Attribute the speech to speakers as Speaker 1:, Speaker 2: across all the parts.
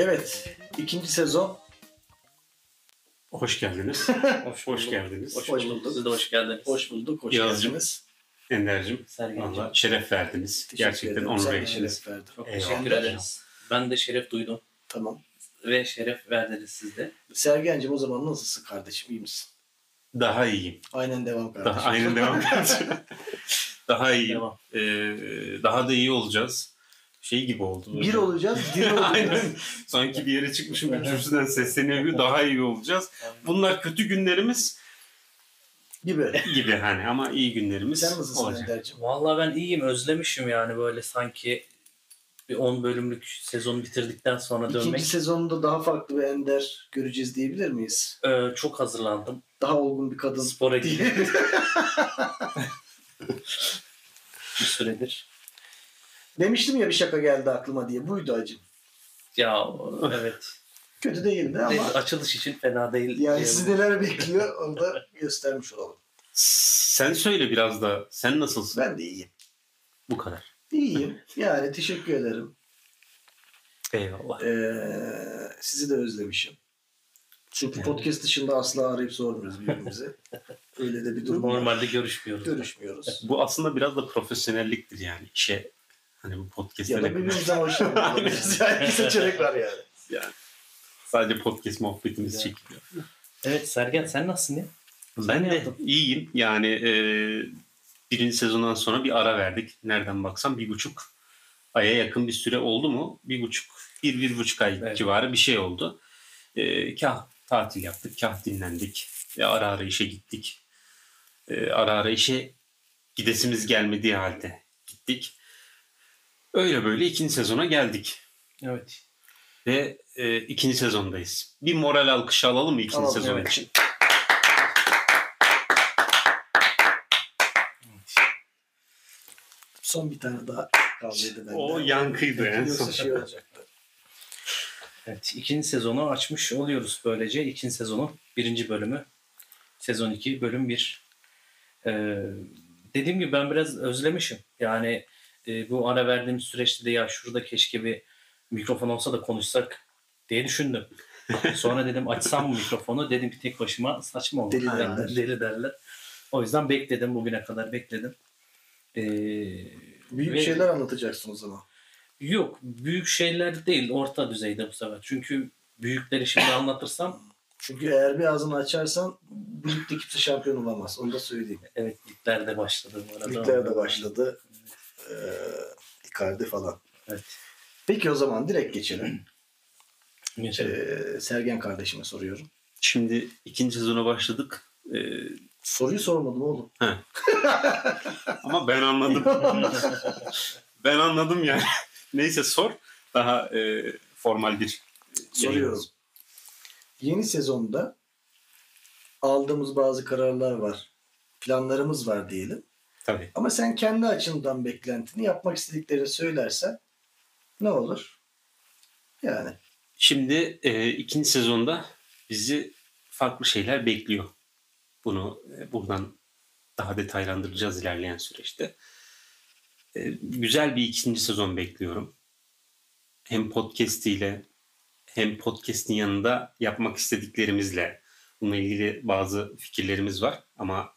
Speaker 1: Evet, ikinci sezon.
Speaker 2: Hoş geldiniz.
Speaker 3: Hoş
Speaker 2: geldiniz.
Speaker 3: Hoş bulduk. Siz de hoş geldiniz.
Speaker 1: Hoş bulduk, hoş
Speaker 2: Yazcım,
Speaker 1: geldiniz.
Speaker 2: Ender'cim,
Speaker 3: Sergen'cim.
Speaker 2: valla şeref verdiniz.
Speaker 1: Teşekkür
Speaker 2: Gerçekten
Speaker 1: ederim.
Speaker 2: onur
Speaker 1: Sen de
Speaker 2: ettiniz.
Speaker 1: şeref verdin.
Speaker 3: Çok
Speaker 2: Eyvallah.
Speaker 3: teşekkür ederiz. Ben de şeref duydum
Speaker 1: Tamam.
Speaker 3: ve şeref verdiniz siz de.
Speaker 1: Sergen'cim o zaman nasılsın kardeşim, iyi misin?
Speaker 2: Daha iyiyim.
Speaker 1: Aynen devam kardeşim.
Speaker 2: Daha aynen devam edeceğim. Daha iyiyim.
Speaker 3: Devam.
Speaker 2: Daha da iyi olacağız. Şey gibi oldu.
Speaker 1: Bir olacağız, bir olacağız.
Speaker 2: Aynen. Sanki bir yere çıkmışım bir kürsüden sesleniyor gibi daha iyi olacağız. Bunlar kötü günlerimiz gibi hani ama iyi günlerimiz
Speaker 1: Sen nasılsın
Speaker 2: olacak.
Speaker 1: Ender'cim?
Speaker 3: Vallahi ben iyiyim, özlemişim yani böyle sanki bir 10 bölümlük sezonu bitirdikten sonra dönmek.
Speaker 1: İkinci sezonunda daha farklı bir Ender göreceğiz diyebilir miyiz?
Speaker 3: Çok hazırlandım.
Speaker 1: Daha olgun bir kadın.
Speaker 3: Spora gittim bir süredir.
Speaker 1: Demiştim ya bir şaka geldi aklıma diye. Buydu acım.
Speaker 3: Ya evet.
Speaker 1: Kötü değildi ama
Speaker 3: Açılış için fena değil.
Speaker 1: yani sizi neler bekliyor onu da göstermiş olalım.
Speaker 2: Sen söyle biraz da. Sen nasılsın?
Speaker 1: Ben de iyiyim.
Speaker 2: Bu kadar.
Speaker 1: İyiyim. Yani teşekkür ederim.
Speaker 2: Eyvallah.
Speaker 1: Sizi de özlemişim. Çünkü podcast dışında asla arayıp sormuyoruz birbirimize. Öyle de bir durum var.
Speaker 3: Normalde görüşmüyoruz.
Speaker 1: Görüşmüyoruz.
Speaker 2: Bu aslında biraz da profesyonelliktir yani. İşe hani bu podcast'te
Speaker 1: Ya da birbirimizden hoşlanmıyoruz. Yani iki seçenek var yani.
Speaker 2: yani sadece podcast muhabbetimiz
Speaker 3: Ya.
Speaker 2: çekiliyor.
Speaker 3: Evet Sergen, sen nasılsın ya?
Speaker 2: Ben
Speaker 3: ne
Speaker 2: de
Speaker 3: yaptın?
Speaker 2: iyiyim. Yani birinci sezondan sonra bir ara verdik. Nereden baksam 1,5 aya yakın bir süre oldu mu? 1,5 ay
Speaker 3: Evet.
Speaker 2: civarı bir şey oldu. Kah tatil yaptık, kah dinlendik. Ara ara işe gittik. Ara ara işe gidesimiz gelmediği halde gittik. Öyle böyle ikinci sezona geldik.
Speaker 3: Evet.
Speaker 2: Ve ikinci sezondayız. Bir moral alkışı alalım mı ikinci
Speaker 1: Alalım,
Speaker 2: sezon
Speaker 1: evet.
Speaker 2: için?
Speaker 1: Son bir tane daha kaldıydı bende.
Speaker 2: O yankıydı en
Speaker 1: Yoksa
Speaker 2: son.
Speaker 1: şey olacaktı.
Speaker 3: Evet, ikinci sezonu açmış oluyoruz böylece. İkinci sezonun birinci bölümü. Sezon 2, bölüm 1. Dediğim gibi ben biraz özlemişim. Yani bu ara verdiğim süreçte de ya şurada keşke bir mikrofon olsa da konuşsak diye düşündüm. Sonra dedim açsam mı mikrofonu? Dedim ki tek başıma saçma olur.
Speaker 1: Deli
Speaker 3: Yani
Speaker 1: derler.
Speaker 3: deli derler. O yüzden bekledim. Bugüne kadar bekledim.
Speaker 1: Büyük
Speaker 3: Ve-
Speaker 1: şeyler anlatacaksın o zaman.
Speaker 3: Yok, büyük şeyler değil, orta düzeyde bu sefer. Çünkü büyükleri şimdi anlatırsam
Speaker 1: Çünkü eğer bir ağzını açarsan bu ligde kimse şampiyon olamaz. Onu da söyleyeyim.
Speaker 3: evet ligler de başladı bu arada.
Speaker 1: Ligler de başladı. Icardi falan.
Speaker 3: Evet.
Speaker 1: Peki o zaman direkt geçelim.
Speaker 3: Geçelim.
Speaker 1: Sergen kardeşime soruyorum.
Speaker 2: Şimdi ikinci sezona başladık.
Speaker 1: Soruyu sormadım oğlum.
Speaker 2: Ama ben anladım. Ben anladım yani. Neyse sor. Daha formal bir
Speaker 1: Soruyorum. Yeni sezonda aldığımız bazı kararlar var. Planlarımız var diyelim.
Speaker 2: Tabii.
Speaker 1: Ama sen kendi açından beklentini yapmak istediklerini söylersen ne olur? Yani.
Speaker 2: Şimdi ikinci sezonda bizi farklı şeyler bekliyor. Bunu buradan daha detaylandıracağız ilerleyen süreçte. Güzel bir ikinci sezon bekliyorum. Hem podcastiyle hem podcast'in yanında yapmak istediklerimizle bununla ilgili bazı fikirlerimiz var. Ama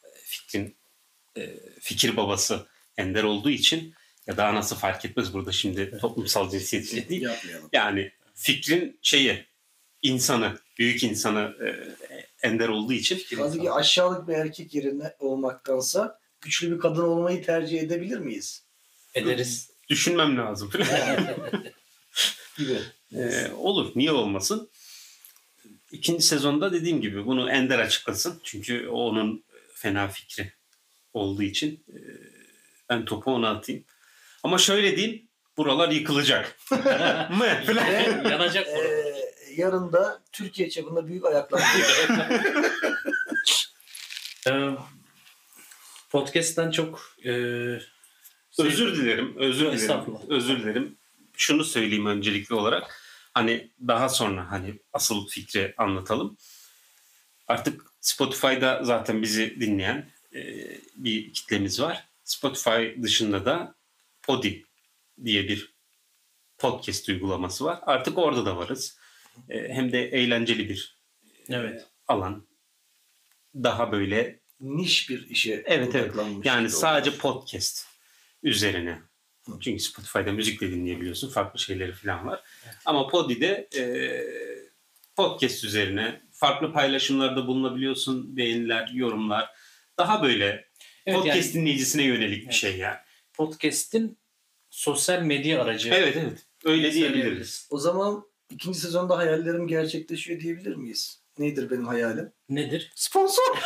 Speaker 2: fikir babası Ender olduğu için ya da anası fark etmez burada şimdi toplumsal cinsiyetçilik değil.
Speaker 1: Yapmayalım.
Speaker 2: Yani fikrin insanı, büyük insanı Ender olduğu için.
Speaker 1: Halbuki aşağılık bir erkek yerine olmaktansa güçlü bir kadın olmayı tercih edebilir miyiz?
Speaker 3: Ederiz.
Speaker 2: Düşünmem lazım.
Speaker 1: Gibi.
Speaker 2: Olur. Niye olmasın? İkinci sezonda dediğim gibi bunu Ender açıklasın. Çünkü o onun fena fikri olduğu için ben topu ona atayım. Ama şöyle diyeyim. Buralar yıkılacak. mı? Falan.
Speaker 3: Yanacak orada.
Speaker 1: Yarın da Türkiye çapında büyük ayaklar.
Speaker 3: Podcast'ten çok
Speaker 2: Özür dilerim.
Speaker 3: Estağfurullah.
Speaker 2: Özür dilerim. Şunu söyleyeyim öncelikli olarak. Hani daha sonra hani asıl fikri anlatalım. Artık Spotify'da zaten bizi dinleyen bir kitlemiz var. Spotify dışında da Podi diye bir podcast uygulaması var. Artık orada da varız. Hem de eğlenceli bir
Speaker 3: Evet.
Speaker 2: alan. Daha böyle
Speaker 1: Niş bir işe
Speaker 2: evet.
Speaker 1: odaklanmış.
Speaker 2: Yani
Speaker 1: gibi
Speaker 2: sadece
Speaker 1: olmuş.
Speaker 2: podcast üzerine. Çünkü Spotify'da müzik de dinleyebiliyorsun. Farklı şeyleri falan var. Ama Podi'de podcast üzerine farklı paylaşımlarda bulunabiliyorsun. Beğeniler, yorumlar. Daha böyle
Speaker 3: Evet,
Speaker 2: podcast
Speaker 3: yani
Speaker 2: dinleyicisine yönelik bir şey yani.
Speaker 3: podcast'in sosyal medya aracı.
Speaker 2: Evet. Öyle diyebiliriz.
Speaker 3: Söyleyebiliriz.
Speaker 1: O zaman ikinci sezonda hayallerim gerçekleşiyor diyebilir miyiz? Nedir benim hayalim?
Speaker 3: Nedir?
Speaker 1: Sponsor.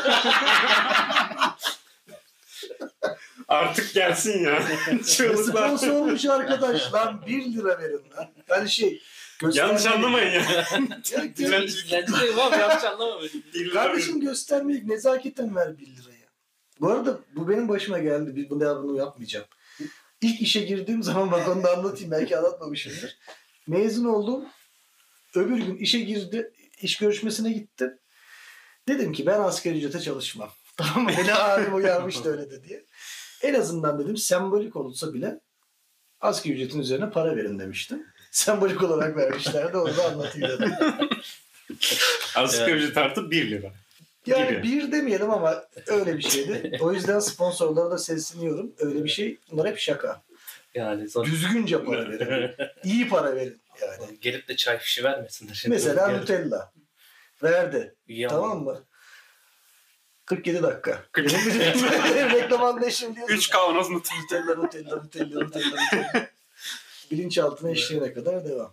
Speaker 2: Artık gelsin ya. Çığlıklar.
Speaker 1: Sponsormuş arkadaş lan 1 lira verin lan. Yani
Speaker 2: Yanlış anlamayın ya.
Speaker 1: Ya,
Speaker 3: İzlendi var yanlış anlama beni.
Speaker 1: kardeşim göstermeyip nezaketen ver 1 liraya. Bu arada bu benim başıma geldi. Bunu yapmayacağım. İlk işe girdiğim zaman bak onu da anlatayım. Belki anlatmamışımdır. Mezun oldum. Öbür gün işe girdi. İş görüşmesine gittim. Dedim ki ben asgari ücrete çalışmam. Tamam mı? Beni abim uyarmıştı öyle de diye. En azından dedim sembolik olsa bile asgari ücretin üzerine para verin demiştim. Sembolik olarak vermişlerdi. Onu da anlatayım dedim.
Speaker 2: Asgari ücret artı 1 lira.
Speaker 1: Yani
Speaker 2: Gibi.
Speaker 1: bir demeyelim ama öyle bir şeydi. O yüzden sponsorlara da sesleniyorum. Öyle bir şey. Bunlar hep şaka.
Speaker 3: Yani sonra
Speaker 1: Düzgünce para verin. İyi para verin yani.
Speaker 3: gelip de çay fişi vermesinler.
Speaker 1: Mesela
Speaker 3: Yani.
Speaker 1: Nutella. Verdi.
Speaker 3: İyi
Speaker 1: Tamam mı? 47 dakika. Benim reklam anlayışım diyorsun.
Speaker 2: 3 kavanoz Nutella.
Speaker 1: Nutella. Bilinçaltına işleyene kadar devam.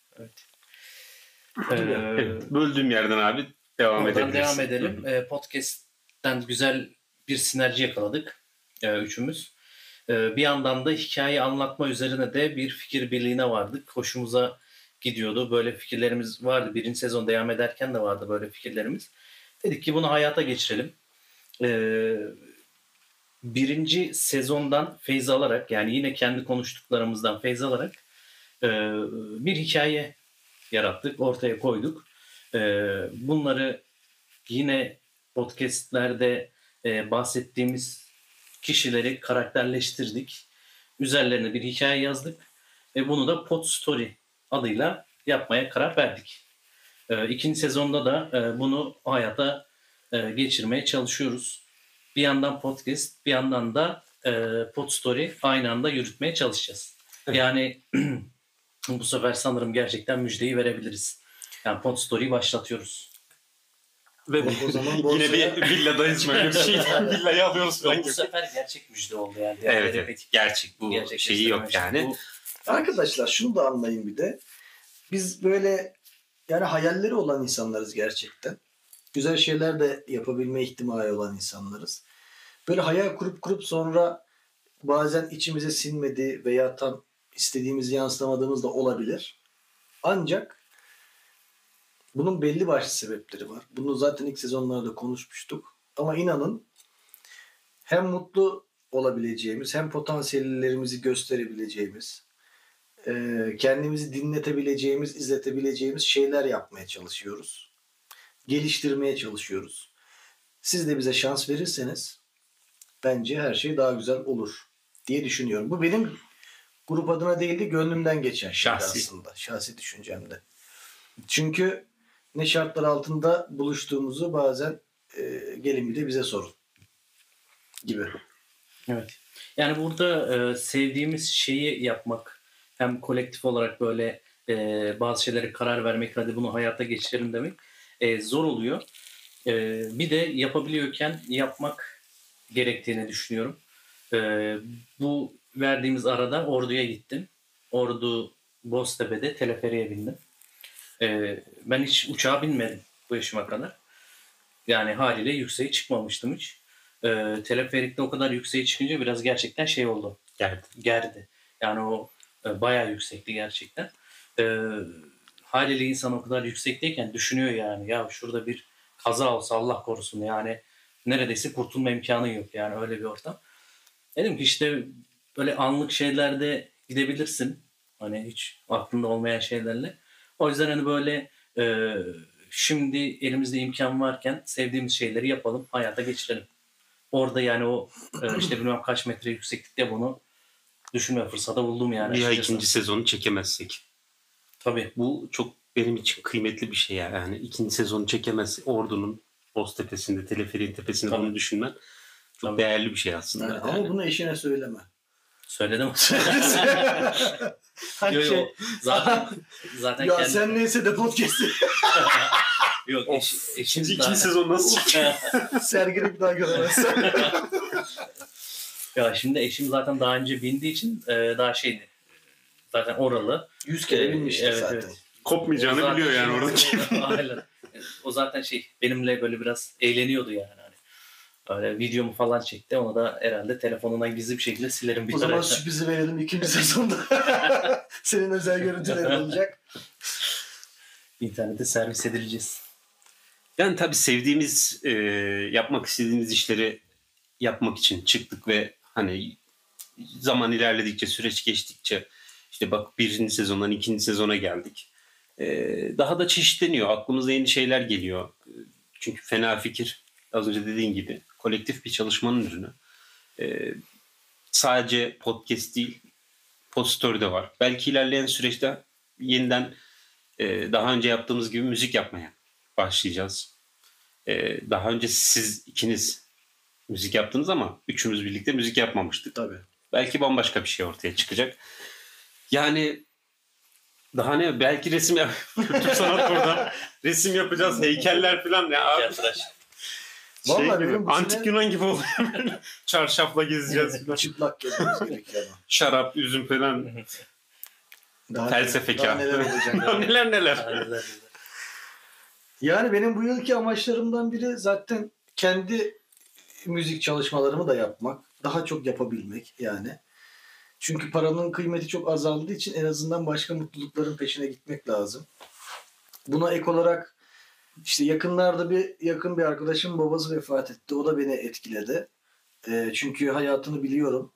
Speaker 2: Evet, böldüğüm yerden abi devam
Speaker 3: Oradan
Speaker 2: edebiliriz.
Speaker 3: devam edelim. Podcast'ten güzel bir sinerji yakaladık üçümüz. Bir yandan da hikaye anlatma üzerine de bir fikir birliğine vardık. Hoşumuza gidiyordu. Böyle fikirlerimiz vardı. Birinci sezon devam ederken de vardı böyle fikirlerimiz. Dedik ki bunu hayata geçirelim. Birinci sezondan feyz alarak yani yine kendi konuştuklarımızdan feyz alarak bir hikaye yarattık, ortaya koyduk. Bunları yine podcastlerde bahsettiğimiz kişileri karakterleştirdik. Üzerlerine bir hikaye yazdık. Bunu da Pod Story adıyla yapmaya karar verdik. İkinci sezonda da bunu hayata geçirmeye çalışıyoruz. Bir yandan podcast, bir yandan da Pod Story aynı anda yürütmeye çalışacağız. Yani bu sefer sanırım gerçekten müjdeyi verebiliriz. Yani Pod Story'yi başlatıyoruz.
Speaker 2: Ve
Speaker 1: O zaman
Speaker 2: yine bir villadayız böyle bir şey. Villayı alıyoruz falan
Speaker 3: Bu
Speaker 2: gibi.
Speaker 3: sefer gerçek müjde oldu yani.
Speaker 2: Evet. Gerçek bu şeyi yok yani.
Speaker 1: Arkadaşlar şunu da anlayın bir de. Biz böyle yani hayalleri olan insanlarız gerçekten. Güzel şeyler de yapabilme ihtimali olan insanlarız. Böyle hayal kurup sonra bazen içimize sinmedi veya tam istediğimizi yansıtamadığımız da olabilir. Ancak bunun belli başlı sebepleri var. Bunu zaten ilk sezonlarda konuşmuştuk. Ama inanın hem mutlu olabileceğimiz hem potansiyellerimizi gösterebileceğimiz, kendimizi dinletebileceğimiz, izletebileceğimiz şeyler yapmaya çalışıyoruz. Geliştirmeye çalışıyoruz. Siz de bize şans verirseniz bence her şey daha güzel olur diye düşünüyorum. Bu benim grup adına değil de gönlümden geçen şey aslında. Şahsi düşüncemde. Çünkü ne şartlar altında buluştuğumuzu bazen gelin bir de bize sorun gibi.
Speaker 3: Evet. Yani burada sevdiğimiz şeyi yapmak hem kolektif olarak böyle bazı şeylere karar vermek, hadi bunu hayata geçirelim demek zor oluyor. Bir de yapabiliyorken yapmak gerektiğini düşünüyorum. Bu verdiğimiz arada Ordu'ya gittim. Ordu Boztepe'de teleferiğe bindim. Ben hiç uçağa binmedim bu yaşıma kadar. Yani haliyle yükseğe çıkmamıştım hiç. Teleferikte o kadar yükseğe çıkınca biraz gerçekten şey oldu. Gerdi. Yani o bayağı yüksekti gerçekten. Haliyle insan o kadar yüksekteyken düşünüyor yani. Ya şurada bir kaza olsa Allah korusun yani. Neredeyse kurtulma imkanı yok yani öyle bir ortam. Dedim ki işte böyle anlık şeylerde gidebilirsin. Hani hiç aklında olmayan şeylerle. O yüzden hani böyle şimdi elimizde imkan varken sevdiğimiz şeyleri yapalım, hayata geçirelim. Orada yani o işte bilmem kaç metre yükseklikte bunu düşünme fırsatı buldum yani.
Speaker 2: Bir ay
Speaker 3: açıkçası.
Speaker 2: ikinci sezonu çekemezsek.
Speaker 3: Tabii.
Speaker 2: Bu çok benim için kıymetli bir şey yani. Yani ikinci sezonu çekemez Ordu'nun Boztepe'sinde, teleferiğin tepesinde
Speaker 3: Tabii.
Speaker 2: bunu düşünmen çok
Speaker 3: Tabii.
Speaker 2: değerli bir şey aslında.
Speaker 1: Yani ama bunu eşine söyleme.
Speaker 3: Söyledim.
Speaker 1: Hani
Speaker 3: Yo, yo,
Speaker 1: şey,
Speaker 3: zaten
Speaker 1: ya
Speaker 3: kendi...
Speaker 1: sen neyse de podcast'i
Speaker 3: Yok eşim
Speaker 2: İkinci
Speaker 3: daha...
Speaker 2: sezon nasıl çekiyor?
Speaker 1: sergini bir daha göremezsin.
Speaker 3: Ya şimdi eşim zaten daha önce bindiği için daha şeydi. Zaten oralı.
Speaker 1: 100 kere binmişti
Speaker 3: Evet,
Speaker 1: zaten.
Speaker 3: evet.
Speaker 2: Kopmayacağını
Speaker 3: O zaten
Speaker 2: biliyor yani
Speaker 3: şey-
Speaker 2: oradaki.
Speaker 3: Aynen. O zaten benimle böyle biraz eğleniyordu yani. Hani öyle videomu falan çekti. Onu da herhalde telefonundan gizli bir şekilde silerim bir
Speaker 1: O zaman
Speaker 3: taraftan.
Speaker 1: sürprizi verelim ikinci sezonda. Senin özel görüntülerin olacak.
Speaker 3: İnternette servis edileceğiz.
Speaker 2: Yani tabii sevdiğimiz, yapmak istediğimiz işleri yapmak için çıktık ve hani zaman ilerledikçe, süreç geçtikçe işte bak birinci sezondan ikinci sezona geldik. Daha da çeşitleniyor. Aklımıza yeni şeyler geliyor. Çünkü Fena Fikir, az önce dediğin gibi kolektif bir çalışmanın ürünü. Sadece podcast değil, Podstory de var. Belki ilerleyen süreçte yeniden daha önce yaptığımız gibi müzik yapmaya başlayacağız. Daha önce siz ikiniz müzik yaptınız ama üçümüz birlikte müzik yapmamıştık.
Speaker 1: Tabii.
Speaker 2: Belki bambaşka bir şey ortaya çıkacak. Yani daha ne? Belki resim kültür sanat buradan resim yapacağız, heykeller falan ya. Abi,
Speaker 3: Arkadaş.
Speaker 1: Vallahi
Speaker 2: gibi,
Speaker 1: benim bu
Speaker 2: antik
Speaker 1: sene-
Speaker 2: Yunan gibi oluyor. Çarşafla gezeceğiz falan.
Speaker 1: Çıplak gezmemiz gerekiyor ama.
Speaker 2: Şarap, üzüm falan.
Speaker 1: Daha
Speaker 2: Felsefekar.
Speaker 1: Daha neler olacak.
Speaker 2: neler neler.
Speaker 3: Aynen.
Speaker 1: Yani benim bu yılki amaçlarımdan biri zaten kendi müzik çalışmalarımı da yapmak. Daha çok yapabilmek yani. Çünkü paranın kıymeti çok azaldığı için en azından başka mutlulukların peşine gitmek lazım. Buna ek olarak işte yakınlarda yakın bir arkadaşım babası vefat etti. O da beni etkiledi. Çünkü hayatını biliyorum.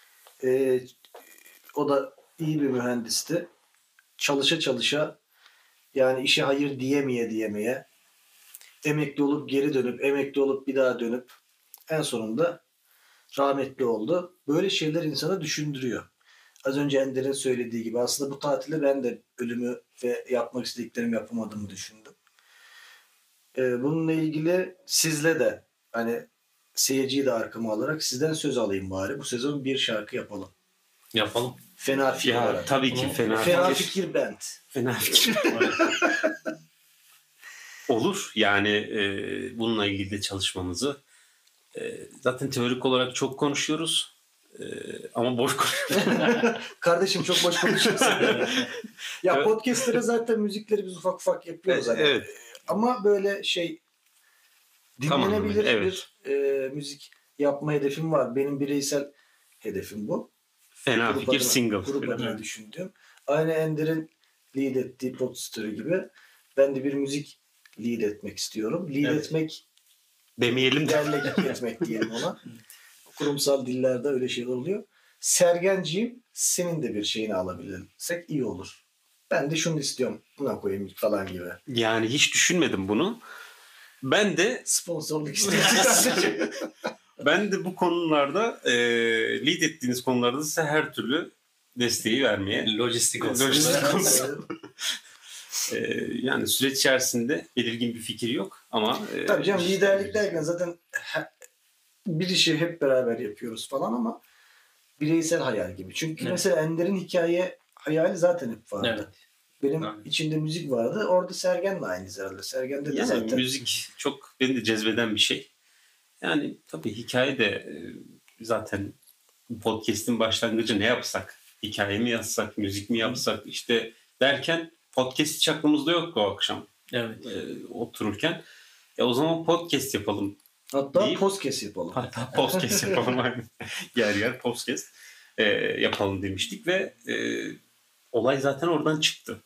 Speaker 1: O da iyi bir mühendisti. Çalışa çalışa yani işe hayır diyemeye emekli olup geri dönüp emekli olup bir daha dönüp en sonunda rahmetli oldu. Böyle şeyler insana düşündürüyor. Az önce Ender'in söylediği gibi aslında bu tatilde ben de ölümü ve yapmak istediklerimi yapamadığımı düşündüm. Bununla ilgili sizle de hani seyirciyi de arkama alarak sizden söz alayım bari. Bu sezon bir şarkı yapalım.
Speaker 3: Yapalım.
Speaker 1: Fena fikir
Speaker 2: Ya
Speaker 1: olarak.
Speaker 2: tabii ki
Speaker 1: Fena
Speaker 2: fena
Speaker 1: fikir band.
Speaker 2: Fena fikir. Olur. Yani bununla ilgili de çalışmamızı zaten teorik olarak çok konuşuyoruz. Ama boş konuşuyoruz.
Speaker 1: Kardeşim çok boş konuşuyorsun. Ya
Speaker 2: Evet.
Speaker 1: podcastlere zaten müzikleri biz ufak ufak yapıyoruz. Hani.
Speaker 2: Evet.
Speaker 1: Ama böyle
Speaker 2: Tamam,
Speaker 1: dinlenebilir
Speaker 2: evet.
Speaker 1: bir müzik yapma hedefim var. Benim bireysel hedefim bu.
Speaker 2: Fena
Speaker 1: Grup
Speaker 2: fikir
Speaker 1: adına-
Speaker 2: single.
Speaker 1: Grup
Speaker 2: falan.
Speaker 1: adına düşündüğüm. Aynı Ender'in lead ettiği Podstory gibi ben de bir müzik lead etmek istiyorum. Lead
Speaker 3: Evet.
Speaker 1: etmek,
Speaker 2: Demeyelim de.
Speaker 1: derlek etmek diyelim ona. Kurumsal dillerde öyle şeyler oluyor. Sergenciğim senin de bir şeyini alabilirsek iyi olur. Ben de şunu istiyorum. Buna koyayım falan gibi.
Speaker 2: Yani hiç düşünmedim bunu. Ben de
Speaker 1: Sponsorluk istiyorsun.
Speaker 2: bu konularda lead ettiğiniz konularda size her türlü desteği vermeye
Speaker 3: Lojistik olsun.
Speaker 2: Lojistik olsun. Yani süreç içerisinde belirgin bir fikir yok ama
Speaker 1: Tabii canım liderlik derken zaten bir işi hep beraber yapıyoruz falan ama bireysel hayal gibi. Çünkü
Speaker 3: Evet.
Speaker 1: mesela Ender'in hayali zaten hep vardı.
Speaker 3: Evet.
Speaker 1: Benim
Speaker 3: Aynen.
Speaker 1: içimde müzik vardı. Orada Sergen'le aynı herhalde. Sergen'de de
Speaker 2: yani
Speaker 1: zaten
Speaker 2: müzik çok beni de cezbeden bir şey. Yani tabii hikaye de zaten podcast'in başlangıcı ne yapsak? Hikaye mi yazsak, müzik mi yapsak işte derken podcast hiç aklımızda yoktu o akşam
Speaker 3: Evet.
Speaker 2: otururken. O zaman podcast yapalım.
Speaker 1: hatta
Speaker 2: deyip-
Speaker 1: podcast yapalım.
Speaker 2: Hatta podcast yapalım. Aynen. yer podcast yapalım demiştik ve olay zaten oradan çıktı.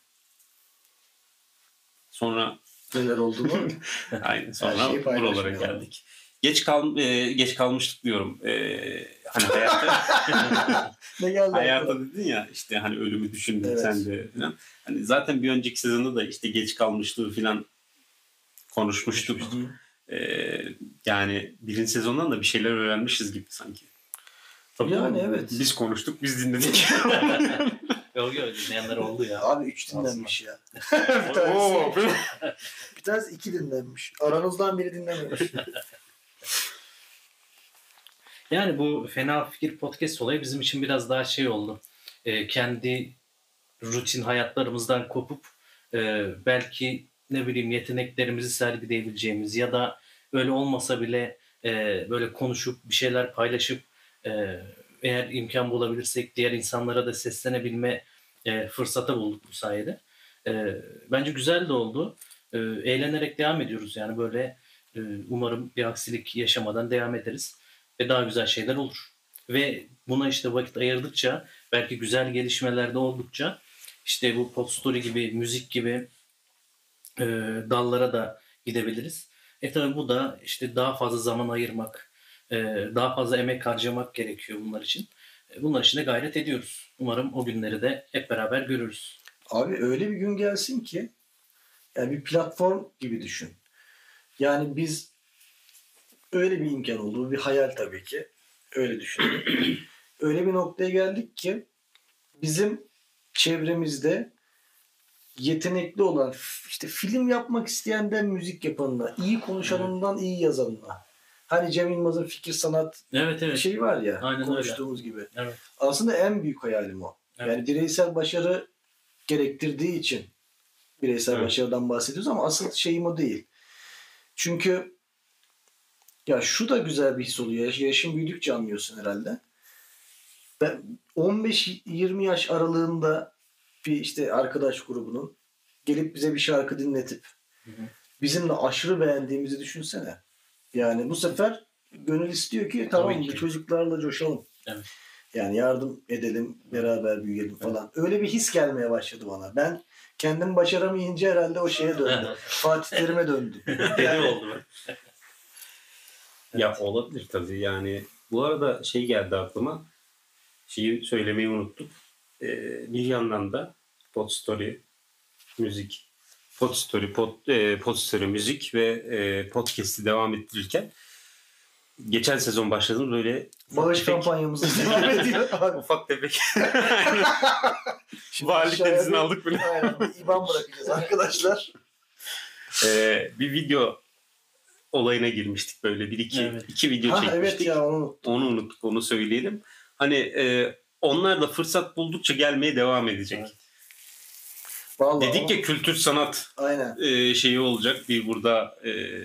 Speaker 2: Sonra
Speaker 1: Neler olduğunu.
Speaker 2: aynen sonra
Speaker 1: şeyi
Speaker 2: buralara
Speaker 1: paylaşmayalım.
Speaker 2: geldik. Geç kalmıştık diyorum. Hani hayatta
Speaker 1: ne geldi?
Speaker 2: hayatta dedin ya işte hani ölümü düşündün
Speaker 1: Evet.
Speaker 2: sen de falan. Hani zaten bir önceki sezonda da işte geç kalmışlığı falan konuşmuştuk.
Speaker 1: Hı.
Speaker 2: Yani birinci sezondan da bir şeyler öğrenmişiz gibi sanki.
Speaker 3: Tabii
Speaker 1: Yani
Speaker 3: tabii.
Speaker 1: evet.
Speaker 2: Biz konuştuk, biz dinledik.
Speaker 3: Yok yok dinleyenler oldu ya.
Speaker 1: Abi 3 dinlenmiş ya.
Speaker 2: Oo,
Speaker 1: Bir tanesi 2 dinlenmiş. Aranızdan biri dinlememiş.
Speaker 3: Yani bu Fena Fikir Podcast olayı bizim için biraz daha şey oldu. Kendi rutin hayatlarımızdan kopup belki ne bileyim yeteneklerimizi sergileyebileceğimiz ya da öyle olmasa bile böyle konuşup bir şeyler paylaşıp eğer imkan bulabilirsek diğer insanlara da seslenebilme fırsatı bulduk bu sayede. Bence güzel de oldu. Eğlenerek devam ediyoruz yani böyle umarım bir aksilik yaşamadan devam ederiz ve daha güzel şeyler olur. Ve buna işte vakit ayırdıkça belki güzel gelişmeler de oldukça işte bu Pod Story gibi, müzik gibi dallara da gidebiliriz. Tabii bu da işte daha fazla zaman ayırmak, daha fazla emek harcamak gerekiyor bunlar için. Bunlar için de gayret ediyoruz. Umarım o günleri de hep beraber görürüz.
Speaker 1: Abi öyle bir gün gelsin ki yani bir platform gibi düşün. Yani biz öyle bir imkan olduğu bir hayal tabii ki. Öyle düşünüyorum. Öyle bir noktaya geldik ki bizim çevremizde yetenekli olan işte film yapmak isteyenden müzik yapanına, iyi konuşanından iyi yazanına. Hani Cem Yılmaz'ın fikir sanat
Speaker 3: Evet.
Speaker 1: şeyi var ya
Speaker 3: Aynen
Speaker 1: konuştuğumuz gibi.
Speaker 3: Evet.
Speaker 1: Aslında en büyük hayalim o.
Speaker 3: Evet.
Speaker 1: Yani bireysel başarı gerektirdiği için bireysel
Speaker 2: Evet.
Speaker 1: başarıdan bahsediyoruz ama asıl şeyim o değil. Çünkü ya şu da güzel bir his oluyor. Yaşın büyüdükçe anlıyorsun herhalde. Ben 15-20 yaş aralığında bir işte arkadaş grubunun gelip bize bir şarkı dinletip bizimle aşırı beğendiğimizi düşünsene. Yani bu sefer gönül istiyor ki tamam
Speaker 3: Tabii ki.
Speaker 1: bu çocuklarla coşalım.
Speaker 3: Evet.
Speaker 1: Yani yardım edelim, beraber büyüyelim falan. Öyle bir his gelmeye başladı bana. Ben kendim başaramayınca herhalde o şeye döndü. Fatih Terim'e döndü.
Speaker 3: Deli oldu.
Speaker 2: Ya olabilir tabii yani. Bu arada şey geldi aklıma. Şeyi söylemeyi unuttuk. Bir yandan da Pod Story müzik, Pod Story müzik ve podcast'i devam ettirirken geçen sezon başladığımız böyle
Speaker 1: Bağış kampanyamız devam ediyor. Abi,
Speaker 2: ufak tefek
Speaker 1: şimdi
Speaker 2: valilikten
Speaker 1: aşağıya
Speaker 2: izin
Speaker 1: bir-
Speaker 2: aldık bile.
Speaker 1: Aynen, bir IBAN bırakacağız arkadaşlar.
Speaker 2: Bir video olayına girmiştik böyle
Speaker 3: Evet.
Speaker 2: iki video
Speaker 1: Ha
Speaker 2: çekmiştik.
Speaker 1: evet ya onu unuttum.
Speaker 2: Onu unuttuk, onu söyleyelim. Hani onlar da fırsat buldukça gelmeye devam edecek.
Speaker 3: Evet.
Speaker 1: Vallahi
Speaker 2: Dedik ya kültür sanat
Speaker 1: aynen.
Speaker 2: şeyi olacak bir burada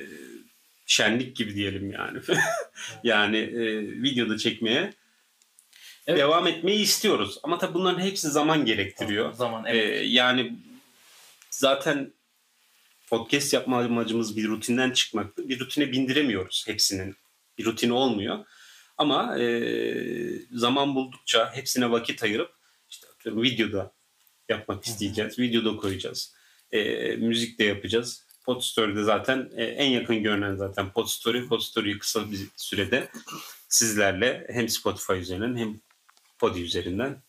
Speaker 2: şenlik gibi diyelim yani. Yani videoda çekmeye
Speaker 3: Evet.
Speaker 2: devam etmeyi istiyoruz. Ama tabii bunların hepsi zaman gerektiriyor.
Speaker 3: Zaman evet.
Speaker 2: Yani zaten podcast yapma amacımız bir rutinden çıkmaktı. Bir rutine bindiremiyoruz hepsinin. Bir rutini olmuyor. Ama zaman buldukça hepsine vakit ayırıp işte atıyorum videoda yapmak isteyeceğiz. Videoda koyacağız. Müzik de yapacağız. Pod Story'de zaten en yakın görünen zaten Pod Story. Pod Story'yi kısa bir sürede sizlerle hem Spotify üzerinden hem Podi üzerinden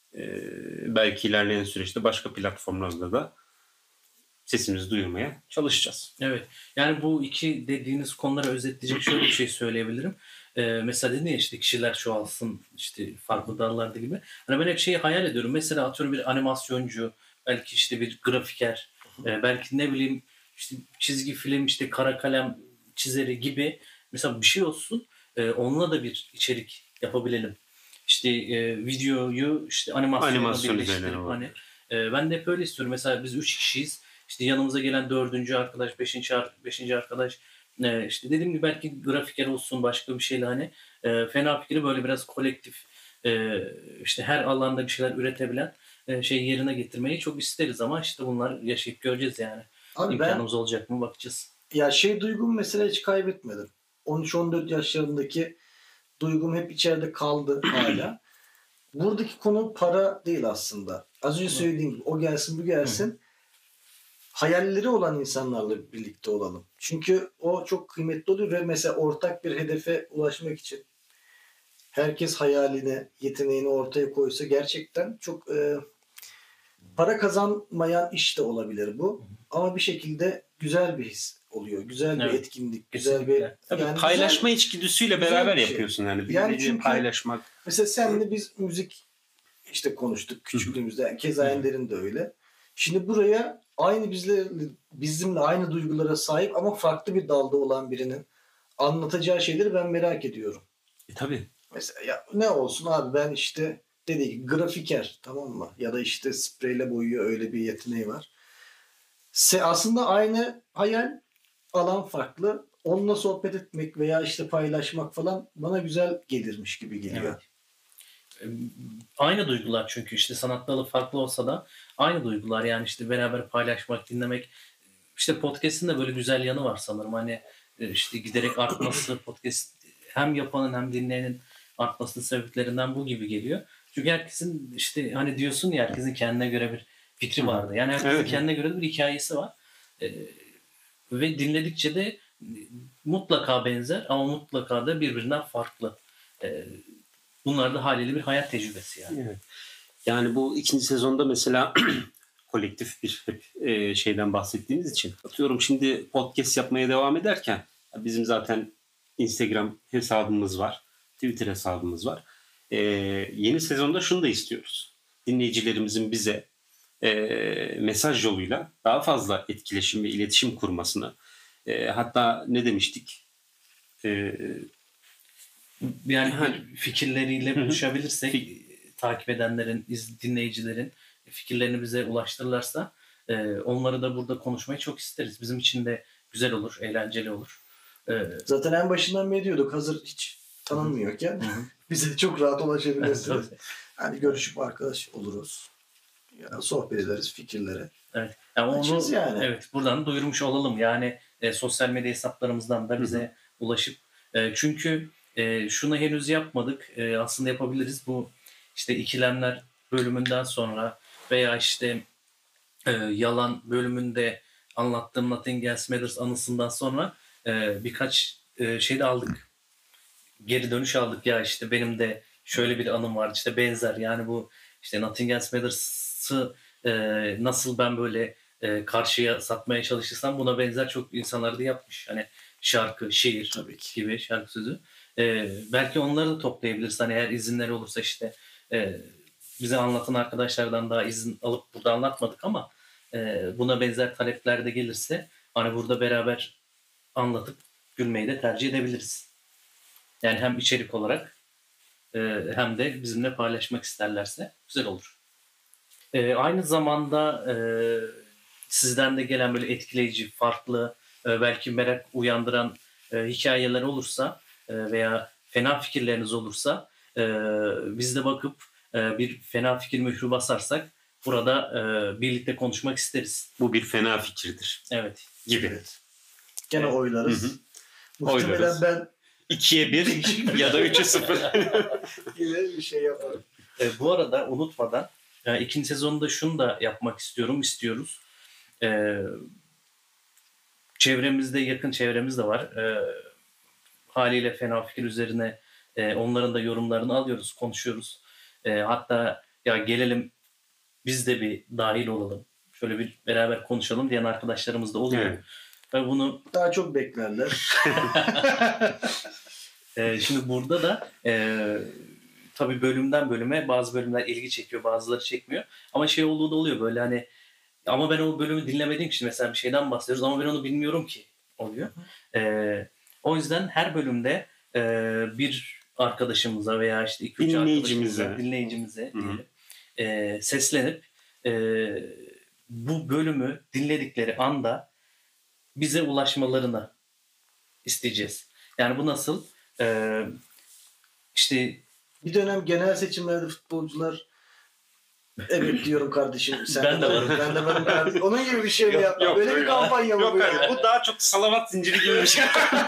Speaker 2: belki ilerleyen süreçte başka platformlarda da sesimizi duyurmaya çalışacağız.
Speaker 3: Evet. Yani bu iki dediğiniz konuları özetleyecek şöyle bir şey söyleyebilirim. Mesela dedin ya işte kişiler çoğalsın işte farklı dallarda gibi. Hani ben hep şeyi hayal ediyorum. Mesela atıyorum bir animasyoncu, belki işte bir grafiker, belki ne bileyim işte çizgi film işte kara kalem çizeri gibi mesela bir şey olsun. Onunla da bir içerik yapabilelim. İşte videoyu işte animasyonla
Speaker 2: Animasyon
Speaker 3: birleştirip
Speaker 2: üzerine
Speaker 3: hani ben de hep öyle istiyorum. Mesela biz 3 kişiyiz. İşte yanımıza gelen 4. arkadaş, 5. arkadaş işte dediğim gibi belki grafiker olsun başka bir şeyle hani Fena Fikri böyle biraz kolektif işte her alanda bir şeyler üretebilen şey yerine getirmeyi çok isteriz ama işte bunlar yaşayıp göreceğiz yani.
Speaker 1: Abi ben
Speaker 3: İmkanımız olacak mı bakacağız.
Speaker 1: ya şey duygumu mesela hiç kaybetmedim. 13-14 yaşlarındaki duygum hep içeride kaldı hala. Buradaki konu para değil aslında. Az önce söylediğim gibi o gelsin bu gelsin. Hayalleri olan insanlarla birlikte olalım. Çünkü o çok kıymetli oluyor ve mesela ortak bir hedefe ulaşmak için herkes hayalini, yeteneğini ortaya koysa gerçekten çok para kazanmayan iş de olabilir bu. Ama bir şekilde güzel bir his oluyor. Güzel bir
Speaker 3: Evet.
Speaker 1: etkinlik, güzel bir
Speaker 3: Kesinlikle.
Speaker 2: Tabii
Speaker 1: yani
Speaker 2: paylaşma
Speaker 1: güzel-
Speaker 2: içgüdüsüyle
Speaker 1: güzel
Speaker 2: beraber
Speaker 1: bir şey.
Speaker 2: yapıyorsun yani.
Speaker 1: Yani
Speaker 2: Birbirine
Speaker 1: çünkü-
Speaker 2: paylaşmak.
Speaker 1: Mesela seninle biz müzik işte konuştuk küçüklüğümüzde. Keza Ender'in de öyle. Şimdi buraya aynı bizimle aynı duygulara sahip ama farklı bir dalda olan birinin anlatacağı şeyleri ben merak ediyorum.
Speaker 2: Tabii.
Speaker 1: Mesela ya ne olsun abi, ben işte dediği gibi grafiker, tamam mı? Ya da işte spreyle boyuyor, öyle bir yeteneği var. Aslında aynı hayal, alan farklı. Onunla sohbet etmek veya işte paylaşmak falan bana güzel gelirmiş gibi geliyor.
Speaker 3: Evet. Aynı duygular, çünkü işte sanat dalı farklı olsa da aynı duygular, yani işte beraber paylaşmak, dinlemek. İşte podcast'in de böyle güzel yanı var sanırım. Hani işte giderek artması, podcast hem yapanın hem dinleyenin artmasının sebeplerinden bu gibi geliyor. Çünkü herkesin işte hani diyorsun ya, herkesin kendine göre bir fikri vardı. Yani herkesin kendine göre de bir hikayesi var. Ve dinledikçe de mutlaka benzer ama mutlaka da birbirinden farklı. Bunlar da haliyle bir hayat tecrübesi yani.
Speaker 2: Evet. Yani bu ikinci sezonda mesela kolektif bir şeyden bahsettiğimiz için atıyorum, şimdi podcast yapmaya devam ederken bizim zaten Instagram hesabımız var, Twitter hesabımız var. Yeni sezonda şunu da istiyoruz. Dinleyicilerimizin bize mesaj yoluyla daha fazla etkileşim ve iletişim kurmasını, hatta ne demiştik?
Speaker 3: Yani fikirleriyle buluşabilirsek, takip edenlerin, dinleyicilerin fikirlerini bize ulaştırırlarsa onları da burada konuşmayı çok isteriz. Bizim için de güzel olur, eğlenceli olur.
Speaker 1: Zaten en başından beri diyorduk, hazır hiç tanınmıyorken bize çok rahat ulaşabilirsiniz. Hani görüşüp arkadaş oluruz. Ya, sohbet ederiz fikirlere.
Speaker 3: Evet. Yani onu
Speaker 1: yani.
Speaker 3: Evet, buradan duyurmuş olalım. Yani sosyal medya hesaplarımızdan da bize ulaşıp, çünkü şunu henüz yapmadık. Aslında yapabiliriz. Bu işte ikilemler bölümünden sonra veya işte yalan bölümünde anlattığım Nothing Else Matters anısından sonra birkaç şey de aldık. Geri dönüş aldık. Ya işte benim de şöyle bir anım vardı. İşte benzer. Yani bu işte Nothing Else Matters'ı nasıl ben böyle karşıya satmaya çalışırsam buna benzer çok insanlar da yapmış. Hani şarkı, şiir
Speaker 1: Tabii ki.
Speaker 3: gibi, şarkı sözü. Belki onları da toplayabiliriz. Hani eğer izinleri olursa işte bize anlatan arkadaşlardan daha izin alıp burada anlatmadık ama buna benzer talepler de gelirse hani burada beraber anlatıp gülmeyi de tercih edebiliriz. Yani hem içerik olarak hem de bizimle paylaşmak isterlerse güzel olur. Aynı zamanda sizden de gelen böyle etkileyici, farklı, belki merak uyandıran hikayeler olursa veya fena fikirleriniz olursa biz de bakıp bir fena fikir mührü basarsak burada birlikte konuşmak isteriz.
Speaker 2: Bu bir fena fikirdir.
Speaker 3: Evet.
Speaker 2: Gibi.
Speaker 1: Evet. Gene oylarız. Muhtemelen
Speaker 2: Oylarız.
Speaker 1: ben
Speaker 2: 2'ye 1 ya da 3'e 0
Speaker 1: gibi bir şey yaparım.
Speaker 3: Bu arada unutmadan ikinci sezonda şunu da yapmak istiyoruz. Çevremizde, yakın çevremiz de var. Haliyle fena fikir üzerine onların da yorumlarını alıyoruz, konuşuyoruz. Hatta ya gelelim biz de bir dahil olalım, şöyle bir beraber konuşalım diyen arkadaşlarımız da oluyor.
Speaker 2: Evet.
Speaker 3: Ve bunu
Speaker 1: Daha çok beklerler.
Speaker 3: şimdi burada da tabii bölümden bölüme bazı bölümler ilgi çekiyor, bazıları çekmiyor. Ama şey olduğu da oluyor böyle, hani ama ben o bölümü dinlemediğim için mesela bir şeyden bahsediyoruz ama ben onu bilmiyorum ki oluyor. O yüzden her bölümde bir arkadaşımıza veya işte 2-3 arkadaşımıza, dinleyicimize diyelim, seslenip bu bölümü dinledikleri anda bize ulaşmalarını isteyeceğiz. Yani bu nasıl? İşte
Speaker 1: Bir dönem genel seçimlerde futbolcular evet diyorum kardeşim. Sen
Speaker 3: Ben de varım.
Speaker 1: Ben de varım kardeşim. Onun gibi bir şey mi yapma? Böyle bir kampanya mı?
Speaker 2: Yok,
Speaker 1: böyle?
Speaker 2: bu daha çok salavat zinciri gibi bir şey.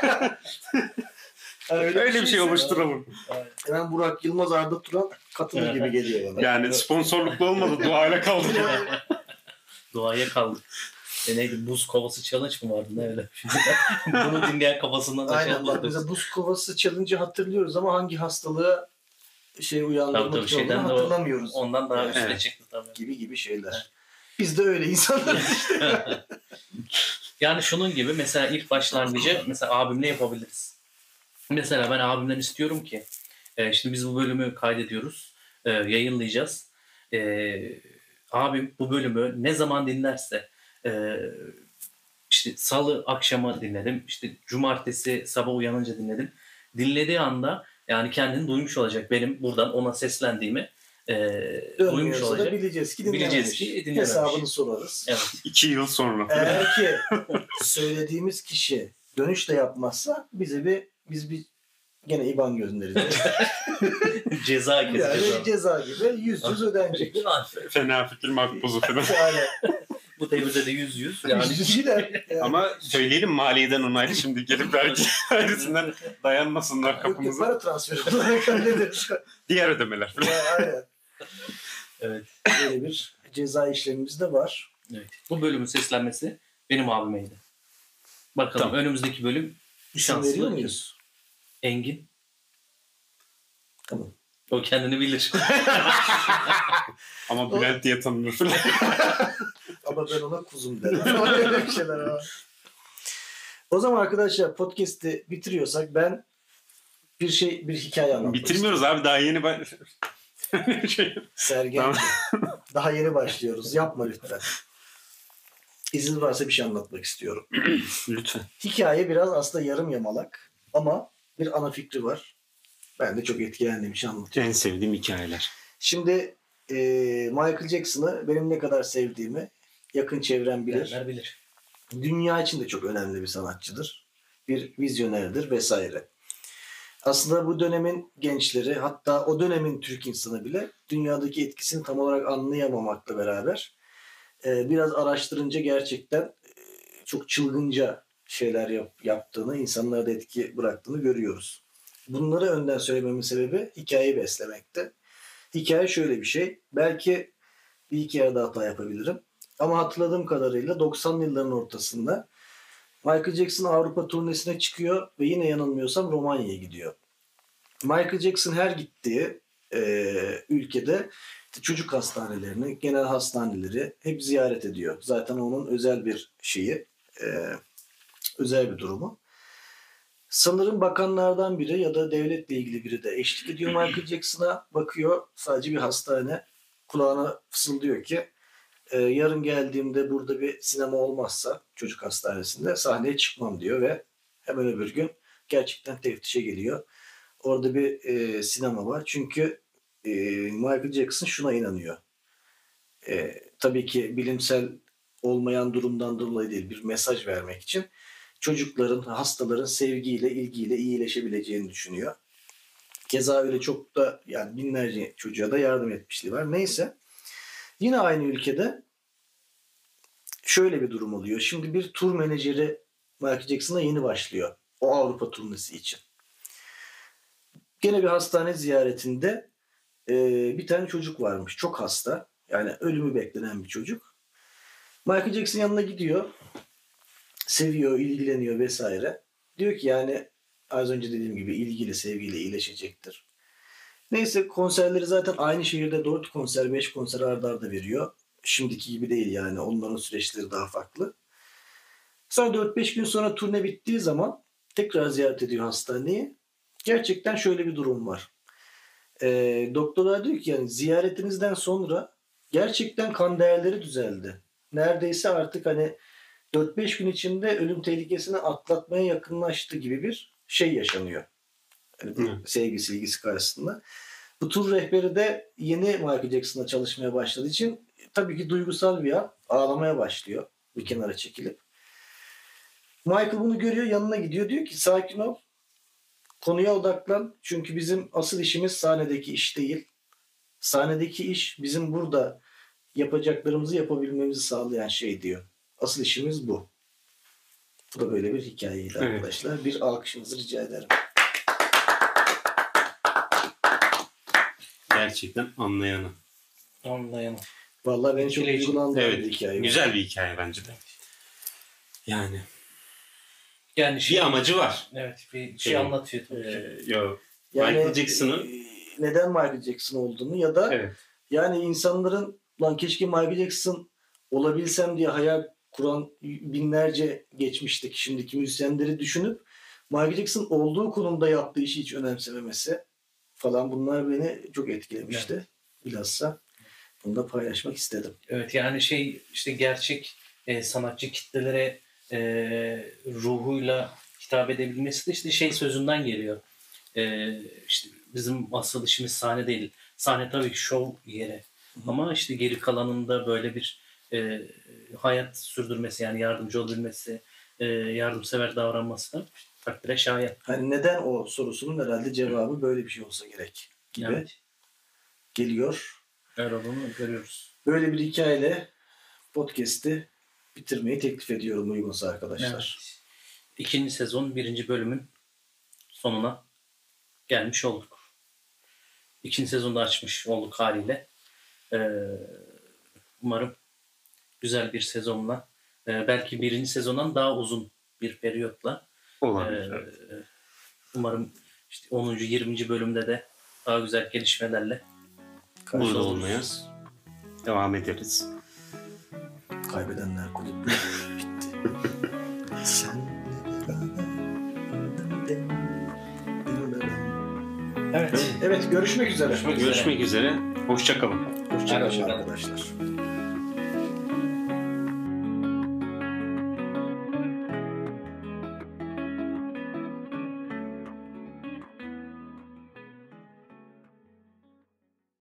Speaker 1: Yani
Speaker 2: Öyle bir şey oluşturalım.
Speaker 1: Hemen Burak Yılmaz, Arda Turan katılır gibi geliyor bana.
Speaker 2: Yani sponsorluklu olmadı, duayla kaldı.
Speaker 3: doğaya kaldık. Neydi? Buz kovası challenge mı vardı? Ne öyle? Bunu dinleyen kafasından da şey
Speaker 1: Aynen bak,
Speaker 3: yapmadı.
Speaker 1: mesela buz kovası challenge'ı hatırlıyoruz ama hangi hastalığa uyandırmak
Speaker 3: Tabii,
Speaker 1: için olduğunu
Speaker 3: şeyden de
Speaker 1: hatırlamıyoruz.
Speaker 3: ondan daha üstüne
Speaker 2: Evet.
Speaker 3: çıktı tabii.
Speaker 1: Gibi şeyler. Biz de öyle insanlarız.
Speaker 3: Yani şunun gibi mesela ilk başlangıcı mesela abimle yapabiliriz. Mesela ben abimden istiyorum ki Şimdi biz bu bölümü kaydediyoruz. Yayınlayacağız. Abim bu bölümü ne zaman dinlerse işte salı akşama dinledim. İşte cumartesi sabah uyanınca dinledim. Dinlediği anda yani kendini duymuş olacak. Benim buradan ona seslendiğimi duymuş
Speaker 1: Dönmüyorsa da
Speaker 3: olacak.
Speaker 1: bileceğiz ki
Speaker 3: Bileceğiz
Speaker 1: dinlememiş.
Speaker 3: ki dinlememiş.
Speaker 1: Hesabını sorarız.
Speaker 3: Evet.
Speaker 2: 2 yıl sonra.
Speaker 1: Eğer ki söylediğimiz kişi dönüş de yapmazsa biz bir gene IBAN göndereceğiz.
Speaker 3: Ceza keseceğiz.
Speaker 1: Yani ceza gibi yüz ödenecek.
Speaker 2: Fena fikir makbuzu falan.
Speaker 1: Yani
Speaker 3: Bu devirde de 100 yani.
Speaker 1: yüzüyle. Yani.
Speaker 2: Ama söyleyelim maliyeden onaylı şimdi gelip vergi dairesinden dayanmasınlar
Speaker 1: Yok,
Speaker 2: kapımıza.
Speaker 1: para transferi olarak hallederiz.
Speaker 2: Diğer ödemeler falan.
Speaker 1: Yani aynen.
Speaker 3: Evet.
Speaker 1: Böyle bir ceza işlemimiz de var.
Speaker 3: Evet. Bu bölümün seslenmesi benim abimeydi. Bakalım
Speaker 2: Tamam.
Speaker 3: önümüzdeki bölüm
Speaker 1: İsim veriyor
Speaker 3: şanslı.
Speaker 1: muyuz?
Speaker 3: Engin.
Speaker 1: Tamam.
Speaker 3: O kendini bilir.
Speaker 2: Ama Bülent diye tanınır falan.
Speaker 1: Ama ben ona kuzum derim. Öyle bir şeyler var. O zaman arkadaşlar podcast'i bitiriyorsak ben bir hikaye anlatmak
Speaker 2: Bitirmiyoruz abi daha yeni şey.
Speaker 1: Sergen.
Speaker 2: Tamam.
Speaker 1: Daha yeni başlıyoruz. Yapma lütfen. İzin varsa bir şey anlatmak istiyorum.
Speaker 2: Lütfen.
Speaker 1: Hikaye biraz aslında yarım yamalak ama bir ana fikri var. Ben de çok etkilendiğim için anlatıyorum.
Speaker 2: En sevdiğim hikayeler.
Speaker 1: Şimdi Michael Jackson'ı benim ne kadar sevdiğimi yakın çevrem bilir.
Speaker 3: Bilenler bilir.
Speaker 1: Dünya için de çok önemli bir sanatçıdır. Bir vizyonerdir vesaire. Aslında bu dönemin gençleri hatta o dönemin Türk insanı bile dünyadaki etkisini tam olarak anlayamamakla beraber biraz araştırınca gerçekten çok çılgınca şeyler yaptığını, insanlara da etki bıraktığını görüyoruz. Bunları önden söylememin sebebi hikayeyi beslemekte. Hikaye şöyle bir şey. Belki bir iki yerde hata yapabilirim. Ama hatırladığım kadarıyla 90'lı yılların ortasında Michael Jackson Avrupa turnesine çıkıyor ve yine yanılmıyorsam Romanya'ya gidiyor. Michael Jackson her gittiği ülkede çocuk hastanelerini, genel hastaneleri hep ziyaret ediyor. Zaten onun özel bir şeyi, özel bir durumu. Sanırım bakanlardan biri ya da devletle ilgili biri de eşlik ediyor Michael Jackson'a. Bakıyor sadece bir hastane kulağına fısıldıyor ki yarın geldiğimde burada bir sinema olmazsa çocuk hastanesinde sahneye çıkmam diyor ve hemen öbür gün gerçekten teftişe geliyor. Orada bir sinema var. Çünkü Michael Jackson şuna inanıyor. Tabii ki bilimsel olmayan durumdan dolayı değil, bir mesaj vermek için çocukların, hastaların sevgiyle, ilgiyle iyileşebileceğini düşünüyor. Keza öyle çok da yani binlerce çocuğa da yardım etmişliği var. Neyse. Yine aynı ülkede şöyle bir durum oluyor. Şimdi bir tur menajeri Michael Jackson'a yeni başlıyor. O Avrupa turnesi için. Gene bir hastane ziyaretinde bir tane çocuk varmış. Çok hasta. Yani ölümü beklenen bir çocuk. Michael Jackson yanına gidiyor. Seviyor, ilgileniyor vesaire. Diyor ki yani az önce dediğim gibi ilgiyle, sevgiyle iyileşecektir. Neyse konserleri zaten aynı şehirde 4 konser, 5 konser arda arda veriyor. Şimdiki gibi değil yani. Onların süreçleri daha farklı. Sonra 4-5 gün sonra turne bittiği zaman tekrar ziyaret ediyor hastaneyi. Gerçekten şöyle bir durum var. Doktorlar diyor ki yani ziyaretinizden sonra gerçekten kan değerleri düzeldi. Neredeyse artık hani 4-5 gün içinde ölüm tehlikesini atlatmaya yakınlaştı gibi bir şey yaşanıyor. Yani sevgisi, ilgisi karşısında. Bu tur rehberi de yeni Michael Jackson'la çalışmaya başladığı için tabii ki duygusal bir an ağlamaya başlıyor bir kenara çekilip. Michael bunu görüyor, yanına gidiyor. Diyor ki sakin ol. Konuya odaklan. Çünkü bizim asıl işimiz sahnedeki iş değil. Sahnedeki iş bizim burada yapacaklarımızı yapabilmemizi sağlayan şey diyor. Asıl işimiz bu. Bu da böyle bir hikayeydi arkadaşlar. Bir alkışınızı rica ederim.
Speaker 2: Gerçekten anlayanı.
Speaker 3: Anlayanım.
Speaker 1: Vallahi beni çok
Speaker 3: Etkileyici.
Speaker 1: duygulandırdı
Speaker 2: Evet.
Speaker 1: bir hikaye.
Speaker 2: Güzel bir hikaye bence de. Yani
Speaker 3: Yani
Speaker 2: bir amacı var.
Speaker 3: Evet, bir şey anlatıyor tabii ki.
Speaker 2: Yok.
Speaker 1: Yani,
Speaker 2: Michael Jackson'ın
Speaker 1: neden Michael Jackson olduğunu ya da
Speaker 2: evet.
Speaker 1: yani insanların lan keşke Michael Jackson olabilsem diye hayal kuran binlerce geçmişteki şimdiki müzisyenleri düşünüp Michael Jackson olduğu konumda yaptığı işi hiç önemsememesi falan, bunlar beni çok etkilemişti. Bilhassa bunu da paylaşmak istedim.
Speaker 3: Evet, yani işte gerçek sanatçı kitlelere ruhuyla hitap edebilmesi de işte sözünden geliyor. İşte bizim asıl işimiz sahne değil. Sahne tabii ki şov yeri. Ama işte geri kalanında böyle bir hayat sürdürmesi, yani yardımcı olabilmesi, yardımsever davranması da takdire şayan.
Speaker 1: Hani neden o sorusunun herhalde cevabı böyle bir şey olsa gerek gibi
Speaker 3: Evet.
Speaker 1: geliyor.
Speaker 3: Öyle olduğunu görüyoruz.
Speaker 1: Böyle bir hikayeyle podcast'i bitirmeyi teklif ediyorum uygunsa arkadaşlar.
Speaker 3: Evet. 2. sezon 1. bölümün sonuna gelmiş olduk. 2. sezonda açmış olduk haliyle. Umarım güzel bir sezonla, belki 1. sezondan daha uzun bir periyotla,
Speaker 2: Olabilir. Evet.
Speaker 3: umarım işte 10. 20. bölümde de daha güzel gelişmelerle
Speaker 1: Karşı
Speaker 2: Burada
Speaker 1: oluruz.
Speaker 2: olmaya devam ederiz.
Speaker 1: Kaybedenler kulübü bitti. Senle beraber.
Speaker 3: evet.
Speaker 1: Evet, görüşmek üzere.
Speaker 3: Görüşmek üzere.
Speaker 2: Görüşmek üzere. Hoşça kalın.
Speaker 1: Hoşçakalın
Speaker 3: Hoşça kalın.
Speaker 1: arkadaşlar.